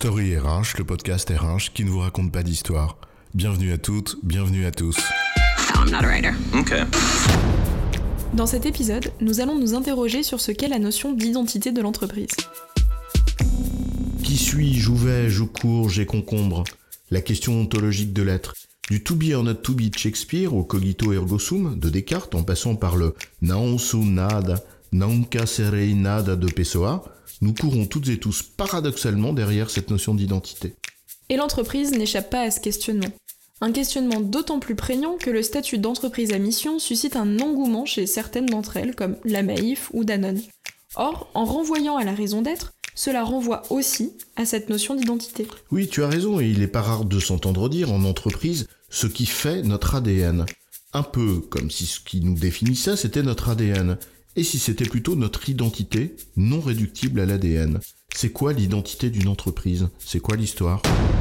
Story RH, le podcast RH qui ne vous raconte pas d'histoire. Bienvenue à toutes, bienvenue à tous. No, I'm not a writer. Okay. Dans cet épisode, nous allons nous interroger sur ce qu'est la notion d'identité de l'entreprise. Qui suis-je, où vais-je, où cours, j'ai concombre? La question ontologique de l'être. Du to be or not to be de Shakespeare au cogito ergo sum de Descartes en passant par le non sum nada, nunca serei nada de Pessoa, nous courons toutes et tous paradoxalement derrière cette notion d'identité. Et l'entreprise n'échappe pas à ce questionnement. Un questionnement d'autant plus prégnant que le statut d'entreprise à mission suscite un engouement chez certaines d'entre elles, comme la Maïf ou Danone. Or, en renvoyant à la raison d'être, cela renvoie aussi à cette notion d'identité. Oui, tu as raison, et il n'est pas rare de s'entendre dire en entreprise ce qui fait notre ADN. Un peu comme si ce qui nous définissait, c'était notre ADN. Et si c'était plutôt notre identité, non réductible à l'ADN. C'est quoi l'identité d'une entreprise? C'est quoi l'histoire?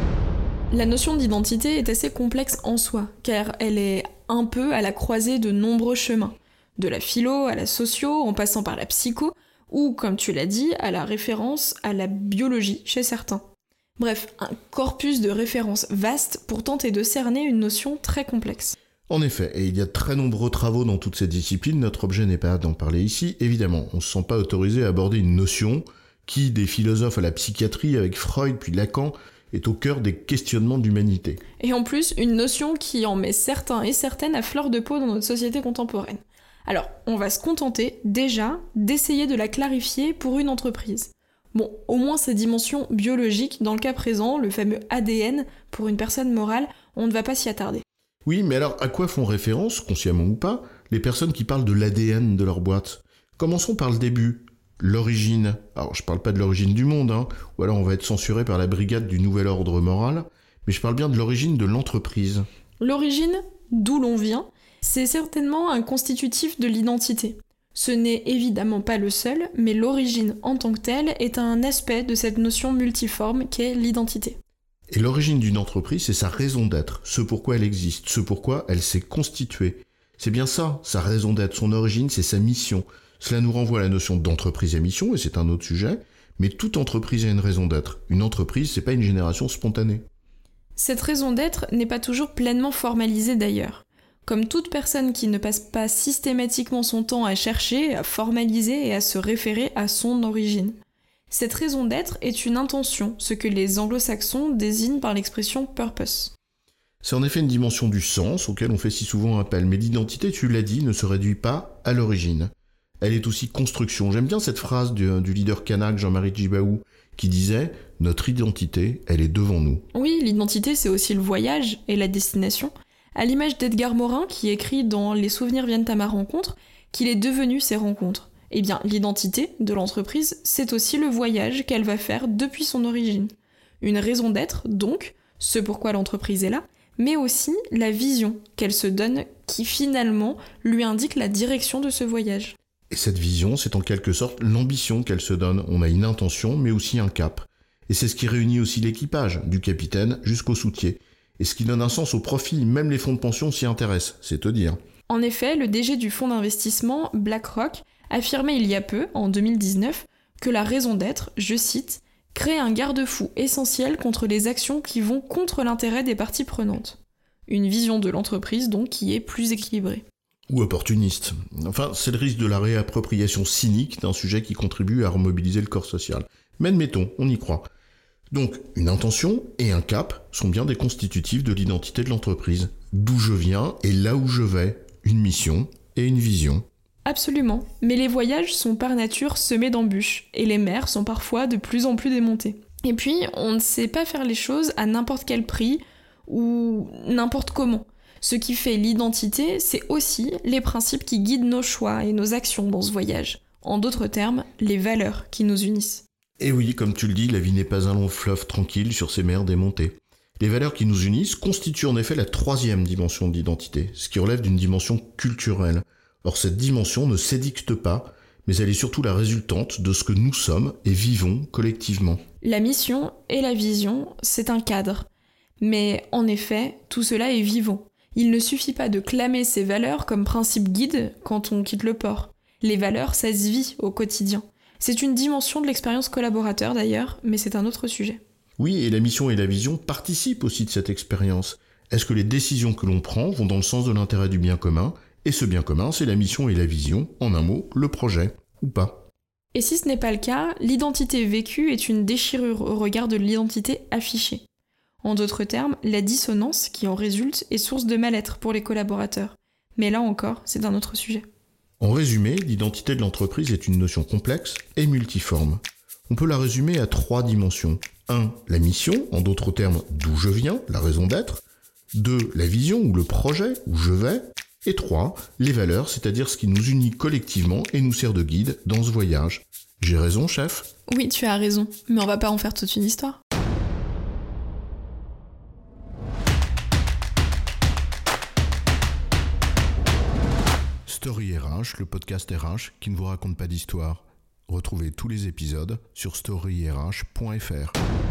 La notion d'identité est assez complexe en soi, car elle est un peu à la croisée de nombreux chemins. De la philo à la socio, en passant par la psycho, ou, comme tu l'as dit, à la référence à la biologie chez certains. Bref, un corpus de références vaste pour tenter de cerner une notion très complexe. En effet, et il y a de très nombreux travaux dans toutes ces disciplines, notre objet n'est pas d'en parler ici, évidemment, on ne se sent pas autorisé à aborder une notion qui, des philosophes à la psychiatrie avec Freud puis Lacan, est au cœur des questionnements d'humanité. Et en plus, une notion qui en met certains et certaines à fleur de peau dans notre société contemporaine. Alors, on va se contenter, déjà, d'essayer de la clarifier pour une entreprise. Bon, au moins ces dimensions biologiques, dans le cas présent, le fameux ADN, pour une personne morale, on ne va pas s'y attarder. Oui, mais alors à quoi font référence, consciemment ou pas, les personnes qui parlent de l'ADN de leur boîte? Commençons par le début. L'origine. Alors je parle pas de l'origine du monde, ou alors on va être censuré par la brigade du nouvel ordre moral, mais je parle bien de l'origine de l'entreprise. L'origine, d'où l'on vient, c'est certainement un constitutif de l'identité. Ce n'est évidemment pas le seul, mais l'origine en tant que telle est un aspect de cette notion multiforme qu'est l'identité. Et l'origine d'une entreprise, c'est sa raison d'être, ce pourquoi elle existe, ce pourquoi elle s'est constituée. C'est bien ça, sa raison d'être, son origine, c'est sa mission. Cela nous renvoie à la notion d'entreprise à mission, et c'est un autre sujet, mais toute entreprise a une raison d'être. Une entreprise, c'est pas une génération spontanée. Cette raison d'être n'est pas toujours pleinement formalisée d'ailleurs. Comme toute personne qui ne passe pas systématiquement son temps à chercher, à formaliser et à se référer à son origine. Cette raison d'être est une intention, ce que les anglo-saxons désignent par l'expression purpose. C'est en effet une dimension du sens auquel on fait si souvent appel, mais l'identité, tu l'as dit, ne se réduit pas à l'origine. Elle est aussi construction. J'aime bien cette phrase du leader kanak Jean-Marie Djibaou qui disait « Notre identité, elle est devant nous ». Oui, l'identité c'est aussi le voyage et la destination, à l'image d'Edgar Morin qui écrit dans « Les souvenirs viennent à ma rencontre » qu'il est devenu ces rencontres. Eh bien, l'identité de l'entreprise, c'est aussi le voyage qu'elle va faire depuis son origine. Une raison d'être, donc, ce pourquoi l'entreprise est là, mais aussi la vision qu'elle se donne qui finalement lui indique la direction de ce voyage. Et cette vision, c'est en quelque sorte l'ambition qu'elle se donne. On a une intention, mais aussi un cap. Et c'est ce qui réunit aussi l'équipage, du capitaine jusqu'au soutier. Et ce qui donne un sens au profit, même les fonds de pension s'y intéressent, c'est te dire. En effet, le DG du fonds d'investissement BlackRock affirmait il y a peu, en 2019, que la raison d'être, je cite, « crée un garde-fou essentiel contre les actions qui vont contre l'intérêt des parties prenantes ». Une vision de l'entreprise donc qui est plus équilibrée. Ou opportuniste. Enfin, c'est le risque de la réappropriation cynique d'un sujet qui contribue à remobiliser le corps social. Mais admettons, on y croit. Donc, une intention et un cap sont bien des constitutifs de l'identité de l'entreprise. D'où je viens et là où je vais. Une mission et une vision. Absolument, mais les voyages sont par nature semés d'embûches, et les mers sont parfois de plus en plus démontées. Et puis, on ne sait pas faire les choses à n'importe quel prix, ou n'importe comment. Ce qui fait l'identité, c'est aussi les principes qui guident nos choix et nos actions dans ce voyage. En d'autres termes, les valeurs qui nous unissent. Et oui, comme tu le dis, la vie n'est pas un long fleuve tranquille sur ses mers démontées. Les valeurs qui nous unissent constituent en effet la troisième dimension de l'identité, ce qui relève d'une dimension culturelle. Or cette dimension ne s'édicte pas, mais elle est surtout la résultante de ce que nous sommes et vivons collectivement. La mission et la vision, c'est un cadre. Mais en effet, tout cela est vivant. Il ne suffit pas de clamer ces valeurs comme principe guide quand on quitte le port. Les valeurs, ça se vit au quotidien. C'est une dimension de l'expérience collaborateur d'ailleurs, mais c'est un autre sujet. Oui, et la mission et la vision participent aussi de cette expérience. Est-ce que les décisions que l'on prend vont dans le sens de l'intérêt du bien commun ? Et ce bien commun, c'est la mission et la vision, en un mot, le projet, ou pas ? Et si ce n'est pas le cas, l'identité vécue est une déchirure au regard de l'identité affichée. En d'autres termes, la dissonance qui en résulte est source de mal-être pour les collaborateurs. Mais là encore, c'est un autre sujet. En résumé, l'identité de l'entreprise est une notion complexe et multiforme. On peut la résumer à 3 dimensions. 1. La mission, en d'autres termes, d'où je viens, la raison d'être. 2. La vision ou le projet, où je vais. Et 3. Les valeurs, c'est-à-dire ce qui nous unit collectivement et nous sert de guide dans ce voyage. J'ai raison, chef ? Oui, tu as raison, mais on va pas en faire toute une histoire. Story RH, le podcast RH qui ne vous raconte pas d'histoire. Retrouvez tous les épisodes sur storyrh.fr.